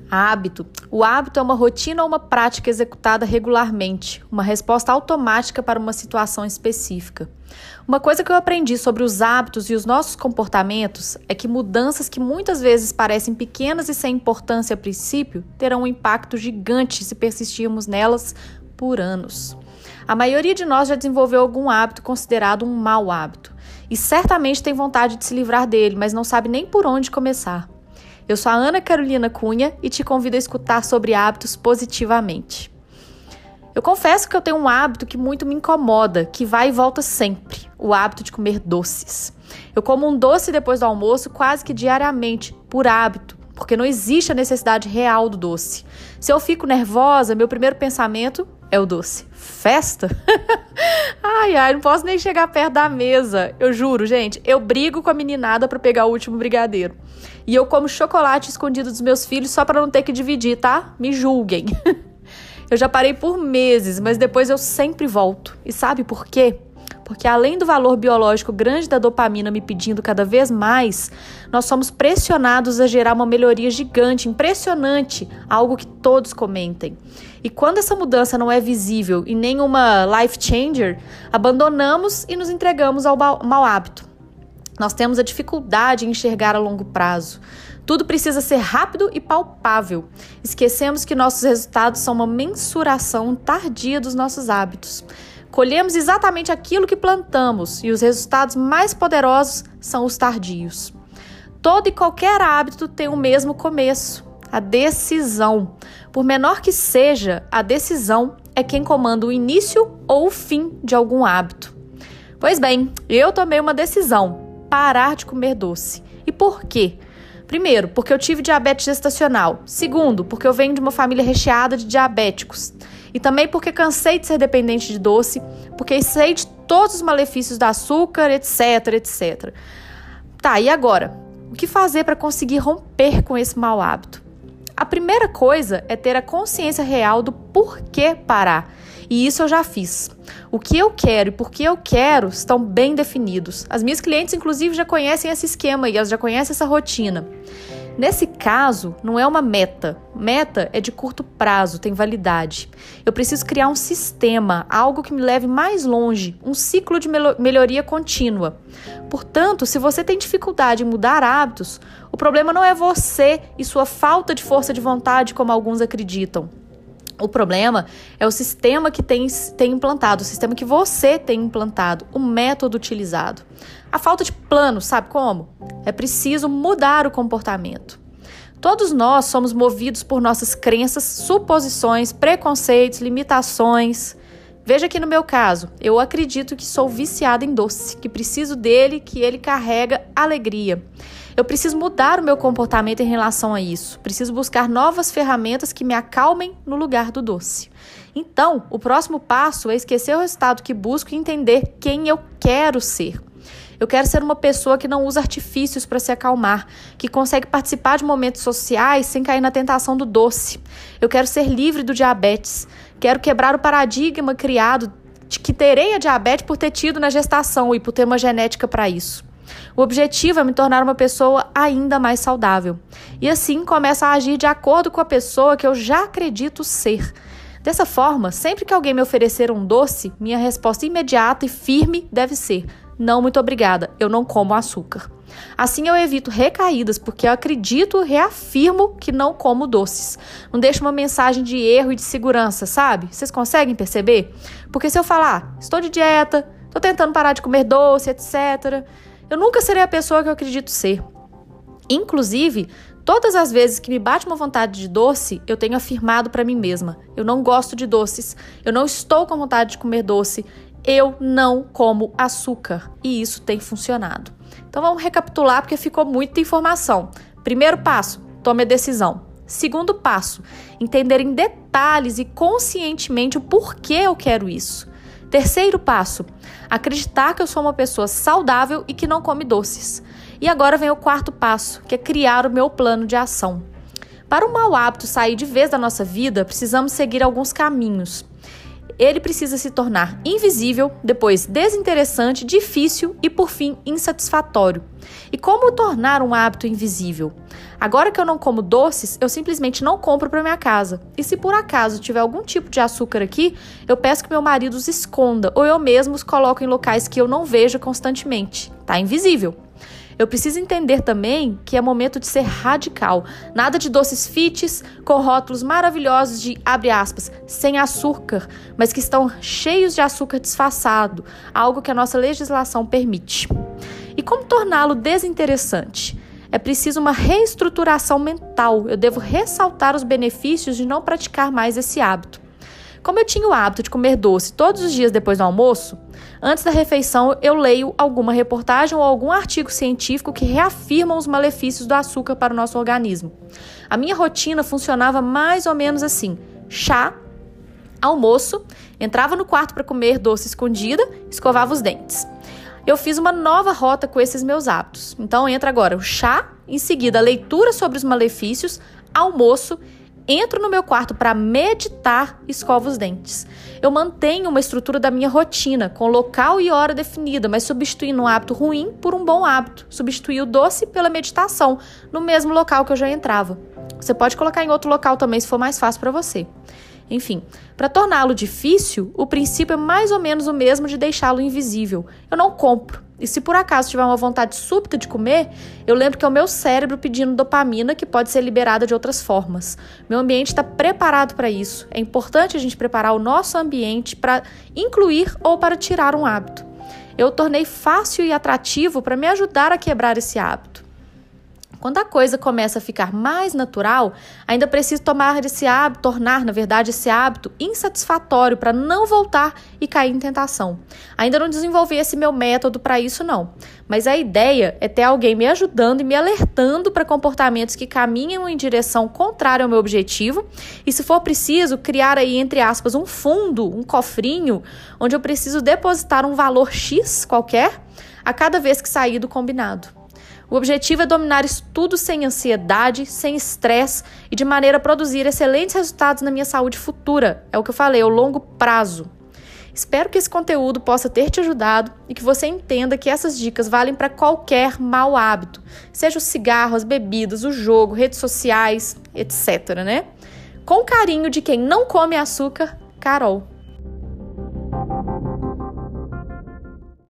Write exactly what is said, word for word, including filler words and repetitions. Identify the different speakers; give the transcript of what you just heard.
Speaker 1: Hábito. O hábito é uma rotina ou uma prática executada regularmente, uma resposta automática para uma situação específica. Uma coisa que eu aprendi sobre os hábitos e os nossos comportamentos é que mudanças que muitas vezes parecem pequenas e sem importância a princípio terão um impacto gigante se persistirmos nelas por anos. A maioria de nós já desenvolveu algum hábito considerado um mau hábito e certamente tem vontade de se livrar dele, mas não sabe nem por onde começar. Eu sou a Ana Carolina Cunha e te convido a escutar sobre hábitos positivamente. Eu confesso que eu tenho um hábito que muito me incomoda, que vai e volta sempre, o hábito de comer doces. Eu como um doce depois do almoço quase que diariamente, por hábito, porque não existe a necessidade real do doce. Se eu fico nervosa, meu primeiro pensamento é o doce. Festa? Ai, ai, não posso nem chegar perto da mesa. Eu juro, gente, eu brigo com a meninada para pegar o último brigadeiro. E eu como chocolate escondido dos meus filhos só para não ter que dividir, tá? Me julguem. Eu já parei por meses, mas depois eu sempre volto. E sabe por quê? Porque além do valor biológico grande da dopamina me pedindo cada vez mais, nós somos pressionados a gerar uma melhoria gigante, impressionante, algo que todos comentem. E quando essa mudança não é visível e nem uma life changer, abandonamos e nos entregamos ao mau hábito. Nós temos a dificuldade em enxergar a longo prazo. Tudo precisa ser rápido e palpável. Esquecemos que nossos resultados são uma mensuração tardia dos nossos hábitos. Colhemos exatamente aquilo que plantamos e os resultados mais poderosos são os tardios. Todo e qualquer hábito tem o mesmo começo, a decisão. Por menor que seja, a decisão é quem comanda o início ou o fim de algum hábito. Pois bem, eu tomei uma decisão. Parar de comer doce. E por quê? Primeiro, porque eu tive diabetes gestacional. Segundo, porque eu venho de uma família recheada de diabéticos. E também porque cansei de ser dependente de doce, porque sei de todos os malefícios do açúcar, etc, etcétera. Tá, e agora? O que fazer para conseguir romper com esse mau hábito? A primeira coisa é ter a consciência real do porquê parar. E isso eu já fiz. O que eu quero e por que eu quero estão bem definidos. As minhas clientes, inclusive, já conhecem esse esquema e elas já conhecem essa rotina. Nesse caso, não é uma meta. Meta é de curto prazo, tem validade. Eu preciso criar um sistema, algo que me leve mais longe, um ciclo de melhoria contínua. Portanto, se você tem dificuldade em mudar hábitos, o problema não é você e sua falta de força de vontade, como alguns acreditam. O problema é o sistema que tem, tem implantado, o sistema que você tem implantado, o método utilizado. A falta de plano, sabe como? É preciso mudar o comportamento. Todos nós somos movidos por nossas crenças, suposições, preconceitos, limitações. Veja aqui no meu caso, eu acredito que sou viciada em doce, que preciso dele, que ele carrega alegria. Eu preciso mudar o meu comportamento em relação a isso. Preciso buscar novas ferramentas que me acalmem no lugar do doce. Então, o próximo passo é esquecer o resultado que busco e entender quem eu quero ser. Eu quero ser uma pessoa que não usa artifícios para se acalmar, que consegue participar de momentos sociais sem cair na tentação do doce. Eu quero ser livre do diabetes. Quero quebrar o paradigma criado de que terei a diabetes por ter tido na gestação e por ter uma genética para isso. O objetivo é me tornar uma pessoa ainda mais saudável. E assim começo a agir de acordo com a pessoa que eu já acredito ser. Dessa forma, sempre que alguém me oferecer um doce, minha resposta imediata e firme deve ser: não, muito obrigada, eu não como açúcar. Assim eu evito recaídas, porque eu acredito e reafirmo que não como doces. Não deixo uma mensagem de erro e de segurança, sabe? Vocês conseguem perceber? Porque se eu falar, estou de dieta, estou tentando parar de comer doce, etcétera, eu nunca serei a pessoa que eu acredito ser. Inclusive, todas as vezes que me bate uma vontade de doce, eu tenho afirmado para mim mesma: eu não gosto de doces, eu não estou com vontade de comer doce, eu não como açúcar. E isso tem funcionado. Então vamos recapitular, porque ficou muita informação. Primeiro passo, tome a decisão. Segundo passo, entender em detalhes e conscientemente o porquê eu quero isso. Terceiro passo, acreditar que eu sou uma pessoa saudável e que não come doces. E agora vem o quarto passo, que é criar o meu plano de ação. Para o mau hábito sair de vez da nossa vida, precisamos seguir alguns caminhos. Ele precisa se tornar invisível, depois desinteressante, difícil e, por fim, insatisfatório. E como tornar um hábito invisível? Agora que eu não como doces, eu simplesmente não compro para minha casa. E se por acaso tiver algum tipo de açúcar aqui, eu peço que meu marido os esconda ou eu mesmo os coloco em locais que eu não vejo constantemente. Tá invisível. Eu preciso entender também que é momento de ser radical. Nada de doces fits com rótulos maravilhosos de, abre aspas, sem açúcar, mas que estão cheios de açúcar disfarçado, algo que a nossa legislação permite. E como torná-lo desinteressante? É preciso uma reestruturação mental. Eu devo ressaltar os benefícios de não praticar mais esse hábito. Como eu tinha o hábito de comer doce todos os dias depois do almoço, antes da refeição eu leio alguma reportagem ou algum artigo científico que reafirmam os malefícios do açúcar para o nosso organismo. A minha rotina funcionava mais ou menos assim: chá, almoço, entrava no quarto para comer doce escondida, escovava os dentes. Eu fiz uma nova rota com esses meus hábitos. Então entra agora o chá, em seguida a leitura sobre os malefícios, almoço, entro no meu quarto para meditar e escovo os dentes. Eu mantenho uma estrutura da minha rotina, com local e hora definida, mas substituindo um hábito ruim por um bom hábito. Substituir o doce pela meditação, no mesmo local que eu já entrava. Você pode colocar em outro local também, se for mais fácil para você. Enfim, para torná-lo difícil, o princípio é mais ou menos o mesmo de deixá-lo invisível. Eu não compro. E se por acaso tiver uma vontade súbita de comer, eu lembro que é o meu cérebro pedindo dopamina, que pode ser liberada de outras formas. Meu ambiente está preparado para isso. É importante a gente preparar o nosso ambiente para incluir ou para tirar um hábito. Eu o tornei fácil e atrativo para me ajudar a quebrar esse hábito. Quando a coisa começa a ficar mais natural, ainda preciso tomar esse hábito, tornar, na verdade, esse hábito insatisfatório para não voltar e cair em tentação. Ainda não desenvolvi esse meu método para isso, não. Mas a ideia é ter alguém me ajudando e me alertando para comportamentos que caminham em direção contrária ao meu objetivo e, se for preciso, criar aí, entre aspas, um fundo, um cofrinho, onde eu preciso depositar um valor X qualquer a cada vez que sair do combinado. O objetivo é dominar isso tudo sem ansiedade, sem estresse e de maneira a produzir excelentes resultados na minha saúde futura. É o que eu falei, o longo prazo. Espero que esse conteúdo possa ter te ajudado e que você entenda que essas dicas valem para qualquer mau hábito, seja o cigarro, as bebidas, o jogo, redes sociais, etcétera, né? Com carinho de quem não come açúcar, Carol.